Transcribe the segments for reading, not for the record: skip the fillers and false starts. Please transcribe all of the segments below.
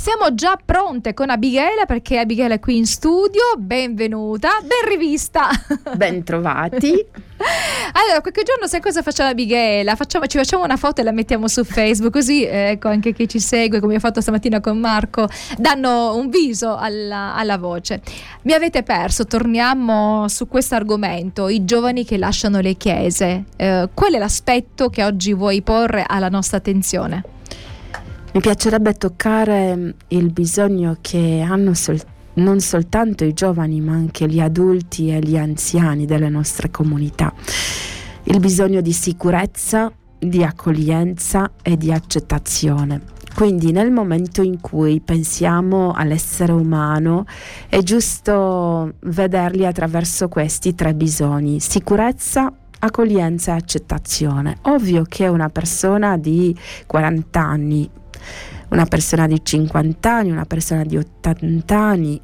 Siamo già pronte con Abigail, perché Abigail è qui in studio. Benvenuta, ben rivista. Ben trovati. Allora, qualche giorno sai cosa facciamo Abigail? Ci facciamo una foto e la mettiamo su Facebook, così ecco, anche chi ci segue, come ho fatto stamattina con Marco, danno un viso alla voce. Mi avete perso, torniamo su questo argomento, i giovani che lasciano le chiese. Qual è l'aspetto che oggi vuoi porre alla nostra attenzione? Mi piacerebbe toccare il bisogno che hanno non soltanto i giovani, ma anche gli adulti e gli anziani delle nostre comunità. Il bisogno di sicurezza, di accoglienza e di accettazione. Quindi nel momento in cui pensiamo all'essere umano è giusto vederli attraverso questi tre bisogni: sicurezza, accoglienza e accettazione. Ovvio che una persona di 40 anni, una persona di 50 anni, una persona di 80 anni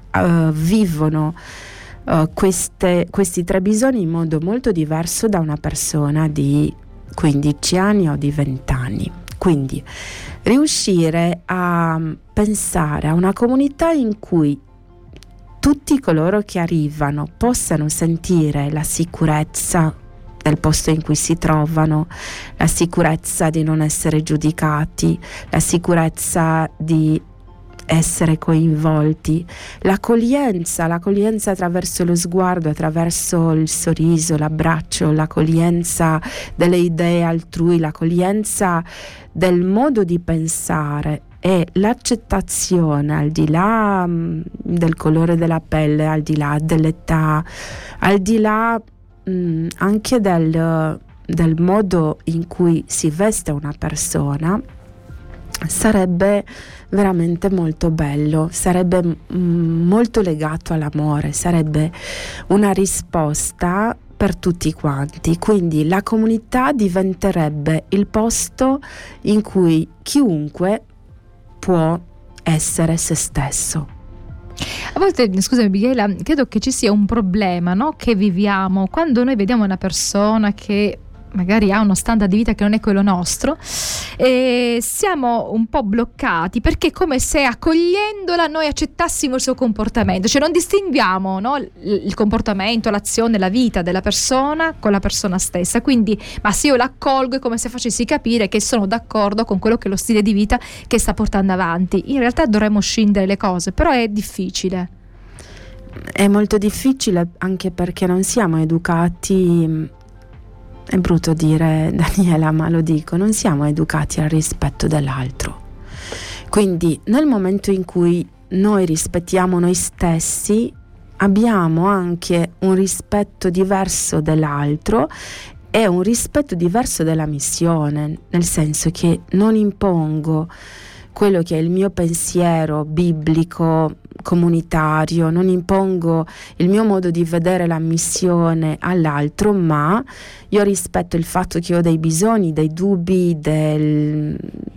vivono questi tre bisogni in modo molto diverso da una persona di 15 anni o di 20 anni. Quindi riuscire a pensare a una comunità in cui tutti coloro che arrivano possano sentire la sicurezza del posto in cui si trovano, la sicurezza di non essere giudicati, la sicurezza di essere coinvolti, l'accoglienza attraverso lo sguardo, attraverso il sorriso, l'abbraccio, l'accoglienza delle idee altrui, l'accoglienza del modo di pensare e l'accettazione al di là del colore della pelle, al di là dell'età, al di là anche del modo in cui si veste una persona. Sarebbe veramente molto bello, sarebbe molto legato all'amore, sarebbe una risposta per tutti quanti. Quindi la comunità diventerebbe il posto in cui chiunque può essere se stesso. A volte, scusami Abigail, credo che ci sia un problema, no? Che viviamo quando noi vediamo una persona che magari ha uno standard di vita che non è quello nostro, e siamo un po' bloccati, perché è come se accogliendola noi accettassimo il suo comportamento, cioè non distinguiamo, no, il comportamento, l'azione, la vita della persona con la persona stessa. Quindi, ma se io l'accolgo è come se facessi capire che sono d'accordo con quello che è lo stile di vita che sta portando avanti. In realtà dovremmo scindere le cose, però è difficile. È molto difficile anche perché non siamo educati. È brutto dire, Daniela, ma lo dico, non siamo educati al rispetto dell'altro. Quindi nel momento in cui noi rispettiamo noi stessi, abbiamo anche un rispetto diverso dell'altro e un rispetto diverso della missione, nel senso che non impongo quello che è il mio pensiero biblico, comunitario, non impongo il mio modo di vedere la missione all'altro, ma io rispetto il fatto che ho dei bisogni, dei dubbi, delle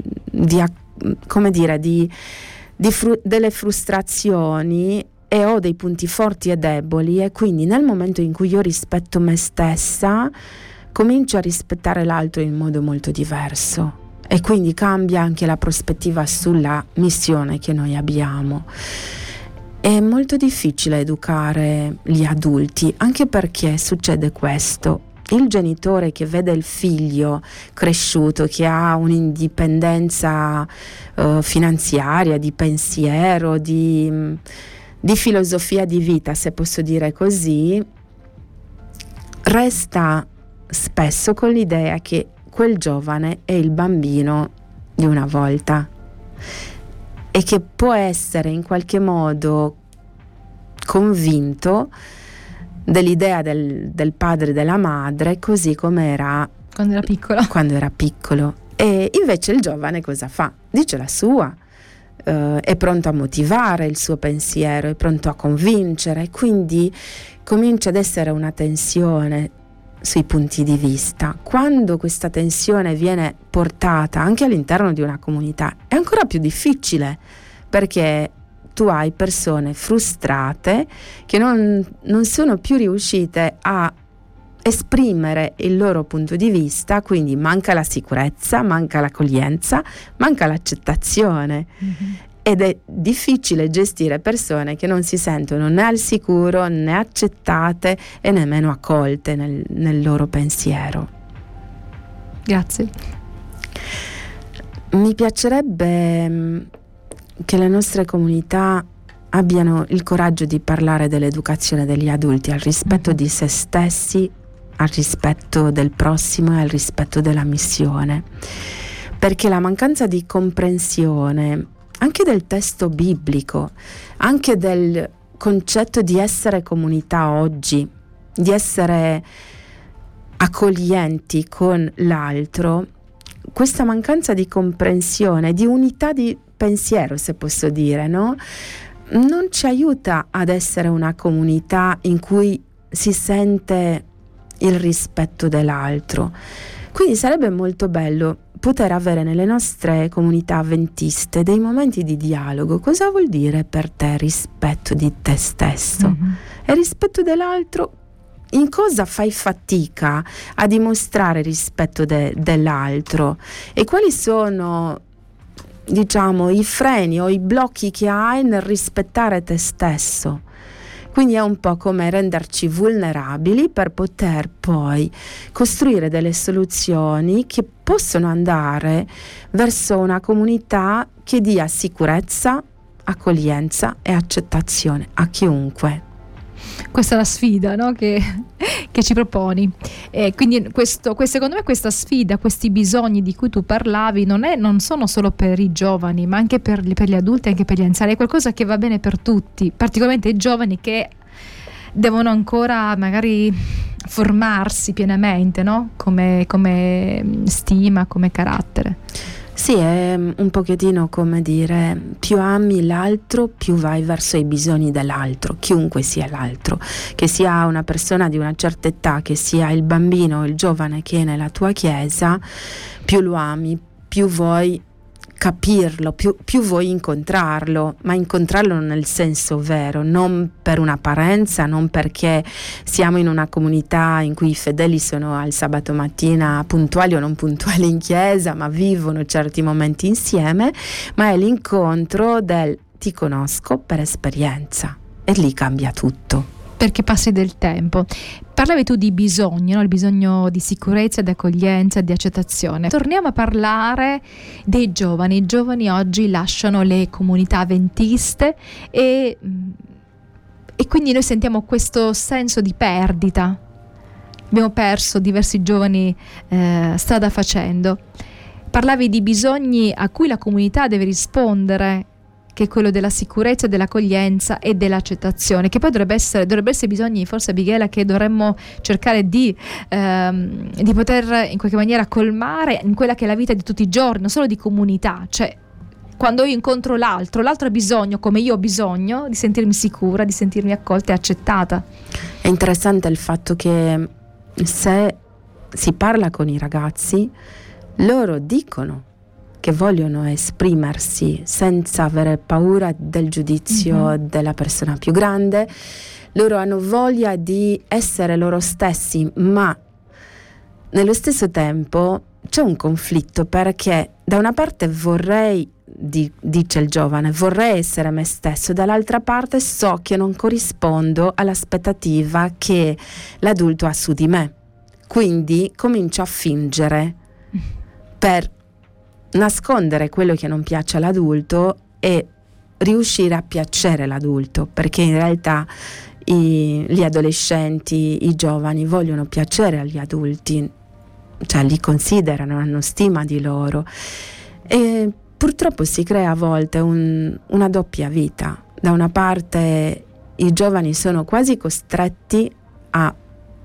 frustrazioni, e ho dei punti forti e deboli, e quindi nel momento in cui io rispetto me stessa comincio a rispettare l'altro in modo molto diverso. E quindi cambia anche la prospettiva sulla missione che noi abbiamo. È molto difficile educare gli adulti, anche perché succede questo: il genitore che vede il figlio cresciuto, che ha un'indipendenza finanziaria, di pensiero, di filosofia di vita, se posso dire così, resta spesso con l'idea che quel giovane è il bambino di una volta e che può essere in qualche modo convinto dell'idea del padre e della madre, così come era quando era piccolo. E invece il giovane cosa fa? Dice la sua, è pronto a motivare il suo pensiero, è pronto a convincere, quindi comincia ad essere una tensione sui punti di vista. Quando questa tensione viene portata anche all'interno di una comunità è ancora più difficile, perché tu hai persone frustrate che non sono più riuscite a esprimere il loro punto di vista, quindi manca la sicurezza, manca l'accoglienza, manca l'accettazione. ed è difficile gestire persone che non si sentono né al sicuro né accettate e nemmeno accolte nel loro pensiero. Grazie. Mi piacerebbe che le nostre comunità abbiano il coraggio di parlare dell'educazione degli adulti, al rispetto di se stessi, al rispetto del prossimo e al rispetto della missione, perché la mancanza di comprensione anche del testo biblico, anche del concetto di essere comunità oggi, di essere accoglienti con l'altro, questa mancanza di comprensione, di unità di pensiero, se posso dire, no? Non ci aiuta ad essere una comunità in cui si sente il rispetto dell'altro. Quindi sarebbe molto bello poter avere nelle nostre comunità avventiste dei momenti di dialogo. Cosa vuol dire per te rispetto di te stesso? Mm-hmm. E rispetto dell'altro, in cosa fai fatica a dimostrare rispetto dell'altro? E quali sono, diciamo, i freni o i blocchi che hai nel rispettare te stesso? Quindi è un po' come renderci vulnerabili per poter poi costruire delle soluzioni che possono andare verso una comunità che dia sicurezza, accoglienza e accettazione a chiunque. Questa è la sfida, no? che ci proponi. Quindi secondo me questa sfida, questi bisogni di cui tu parlavi non sono solo per i giovani, ma anche per gli adulti e anche per gli anziani. È qualcosa che va bene per tutti, particolarmente i giovani che devono ancora magari formarsi pienamente, no? Come stima, come carattere. Sì, è un pochettino come dire, più ami l'altro, più vai verso i bisogni dell'altro, chiunque sia l'altro, che sia una persona di una certa età, che sia il bambino o il giovane che è nella tua chiesa, più lo ami, più vuoi capirlo, più vuoi incontrarlo, ma incontrarlo nel senso vero, non per un'apparenza, non perché siamo in una comunità in cui i fedeli sono al sabato mattina puntuali o non puntuali in chiesa, ma vivono certi momenti insieme, ma è l'incontro del ti conosco per esperienza, e lì cambia tutto. Perché passi del tempo. Parlavi tu di bisogno, no? Il bisogno di sicurezza, di accoglienza, di accettazione. Torniamo a parlare dei giovani. I giovani oggi lasciano le comunità avventiste e quindi noi sentiamo questo senso di perdita. Abbiamo perso diversi giovani strada facendo. Parlavi di bisogni a cui la comunità deve rispondere, che è quello della sicurezza, dell'accoglienza e dell'accettazione, che poi dovrebbe essere bisogni, forse, Abigaila, che dovremmo cercare di poter in qualche maniera colmare in quella che è la vita di tutti i giorni, non solo di comunità. Cioè, quando io incontro l'altro ha bisogno, come io ho bisogno, di sentirmi sicura, di sentirmi accolta e accettata. È interessante il fatto che se si parla con i ragazzi, loro dicono che vogliono esprimersi senza avere paura del giudizio della persona più grande. Loro hanno voglia di essere loro stessi, ma nello stesso tempo c'è un conflitto, perché da una parte dice il giovane, vorrei essere me stesso, dall'altra parte so che non corrispondo all'aspettativa che l'adulto ha su di me, quindi comincio a fingere per nascondere quello che non piace all'adulto e riuscire a piacere l'adulto, perché in realtà gli adolescenti, i giovani vogliono piacere agli adulti, cioè li considerano, hanno stima di loro, e purtroppo si crea a volte una doppia vita. Da una parte i giovani sono quasi costretti a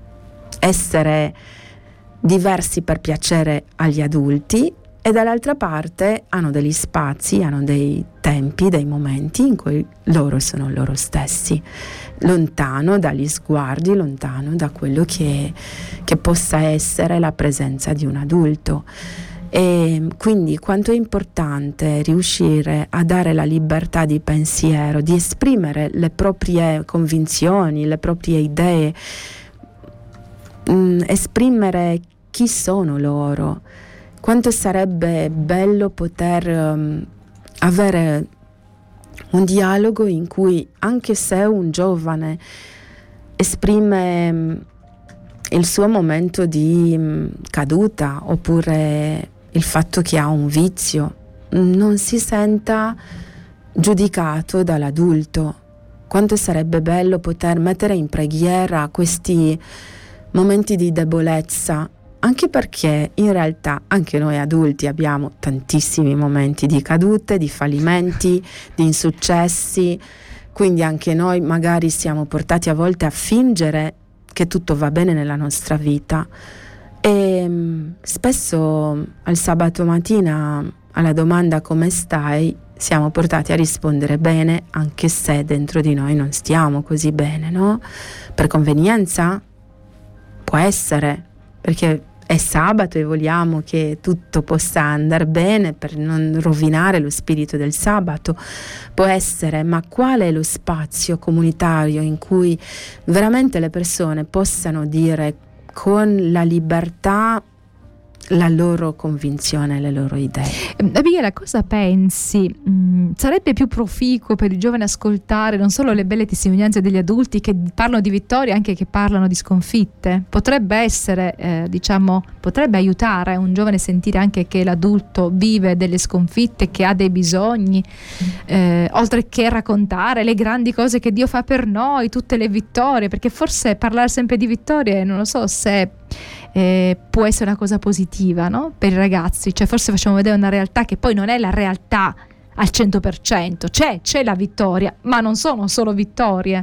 essere diversi per piacere agli adulti, e dall'altra parte hanno degli spazi, hanno dei tempi, dei momenti in cui loro sono loro stessi, lontano dagli sguardi, lontano da quello che possa essere la presenza di un adulto. E quindi quanto è importante riuscire a dare la libertà di pensiero, di esprimere le proprie convinzioni, le proprie idee, esprimere chi sono loro. Quanto sarebbe bello poter avere un dialogo in cui, anche se un giovane esprime il suo momento di caduta oppure il fatto che ha un vizio, non si senta giudicato dall'adulto. Quanto sarebbe bello poter mettere in preghiera questi momenti di debolezza, anche perché in realtà anche noi adulti abbiamo tantissimi momenti di cadute, di fallimenti, di insuccessi, quindi anche noi magari siamo portati a volte a fingere che tutto va bene nella nostra vita. E spesso al sabato mattina alla domanda come stai siamo portati a rispondere bene, anche se dentro di noi non stiamo così bene, no? Per convenienza? Può essere, perché è sabato e vogliamo che tutto possa andare bene per non rovinare lo spirito del sabato. Può essere, ma qual è lo spazio comunitario in cui veramente le persone possano dire con la libertà la loro convinzione, le loro idee? Abigail, cosa pensi? Sarebbe più proficuo per i giovani ascoltare non solo le belle testimonianze degli adulti che parlano di vittorie, anche che parlano di sconfitte? Potrebbe essere, potrebbe aiutare un giovane a sentire anche che l'adulto vive delle sconfitte, che ha dei bisogni, oltre che raccontare le grandi cose che Dio fa per noi, tutte le vittorie, perché forse parlare sempre di vittorie, non lo so se può essere una cosa positiva, no? Per i ragazzi, cioè forse facciamo vedere una realtà che poi non è la realtà al 100%, c'è la vittoria, ma non sono solo vittorie.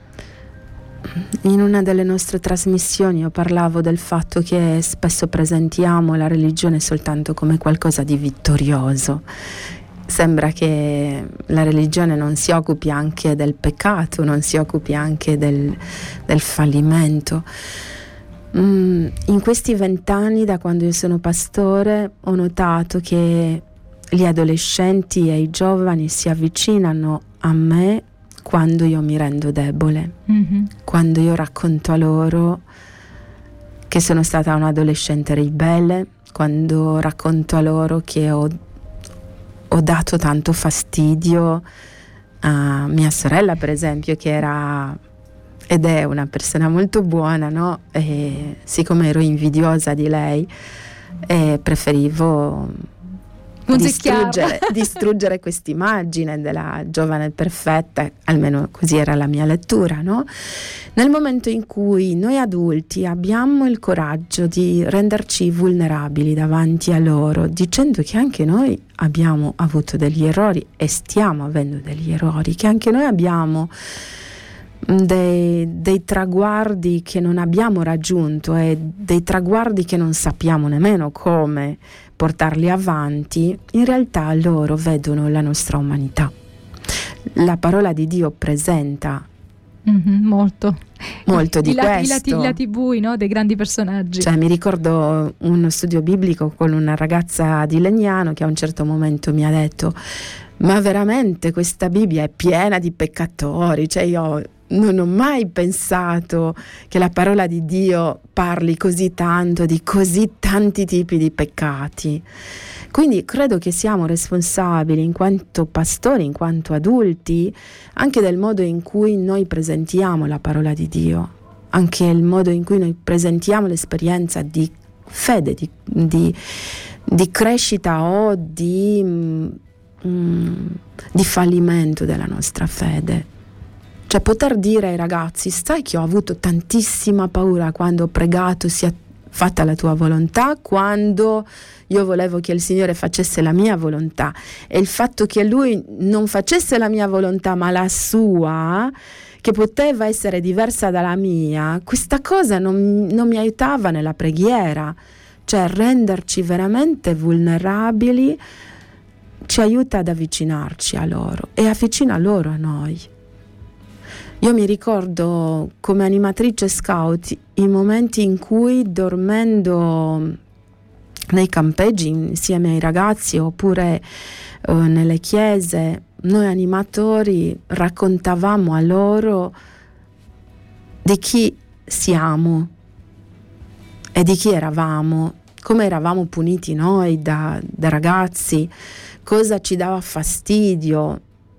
In una delle nostre trasmissioni io parlavo del fatto che spesso presentiamo la religione soltanto come qualcosa di vittorioso. Sembra che la religione non si occupi anche del peccato, non si occupi anche del fallimento. In questi 20 anni, da quando io sono pastore, ho notato che gli adolescenti e i giovani si avvicinano a me quando io mi rendo debole, quando io racconto a loro che sono stata un adolescente ribelle, quando racconto a loro che ho dato tanto fastidio a mia sorella, per esempio, che era ed è una persona molto buona, no? E siccome ero invidiosa di lei, preferivo distruggere quest'immagine della giovane perfetta, almeno così era la mia lettura, no? Nel momento in cui noi adulti abbiamo il coraggio di renderci vulnerabili davanti a loro, dicendo che anche noi abbiamo avuto degli errori e stiamo avendo degli errori, che anche noi abbiamo dei traguardi che non abbiamo raggiunto e dei traguardi che non sappiamo nemmeno come portarli avanti, in realtà loro vedono la nostra umanità. La parola di Dio presenta molto di questo. I lati bui, no? Dei grandi personaggi. Cioè, mi ricordo uno studio biblico con una ragazza di Legnano che a un certo momento mi ha detto: ma veramente questa Bibbia è piena di peccatori? Cioè, io non ho mai pensato che la parola di Dio parli così tanto di così tanti tipi di peccati. Quindi credo che siamo responsabili in quanto pastori, in quanto adulti, anche del modo in cui noi presentiamo la parola di Dio, anche il modo in cui noi presentiamo l'esperienza di fede, di crescita o di fallimento della nostra fede. Cioè, poter dire ai ragazzi: sai che ho avuto tantissima paura quando ho pregato sia fatta la tua volontà, quando io volevo che il Signore facesse la mia volontà, e il fatto che Lui non facesse la mia volontà ma la sua, che poteva essere diversa dalla mia, questa cosa non mi aiutava nella preghiera. Cioè, renderci veramente vulnerabili ci aiuta ad avvicinarci a loro e avvicina loro a noi. Io mi ricordo come animatrice scout i momenti in cui, dormendo nei campeggi insieme ai ragazzi oppure nelle chiese, noi animatori raccontavamo a loro di chi siamo e di chi eravamo, come eravamo puniti noi da ragazzi, cosa ci dava fastidio.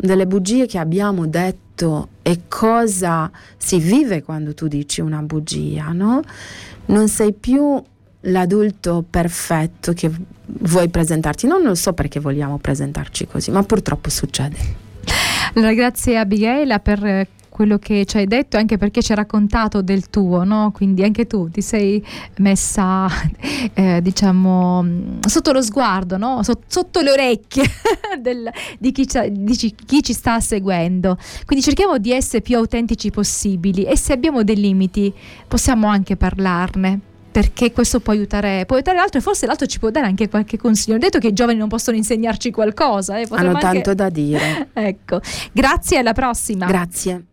delle bugie che abbiamo detto e cosa si vive quando tu dici una bugia, no? Non sei più l'adulto perfetto che vuoi presentarti. Non lo so perché vogliamo presentarci così, ma purtroppo succede. Allora, grazie Abigail per quello che ci hai detto, anche perché ci hai raccontato del tuo, no? Quindi anche tu ti sei messa diciamo sotto lo sguardo, no? Sotto le orecchie di chi ci sta seguendo. Quindi cerchiamo di essere più autentici possibili, e se abbiamo dei limiti possiamo anche parlarne, perché questo può aiutare l'altro, e forse l'altro ci può dare anche qualche consiglio. Ho detto che i giovani non possono insegnarci qualcosa, hanno tanto da dire. Ecco, grazie, alla prossima. Grazie.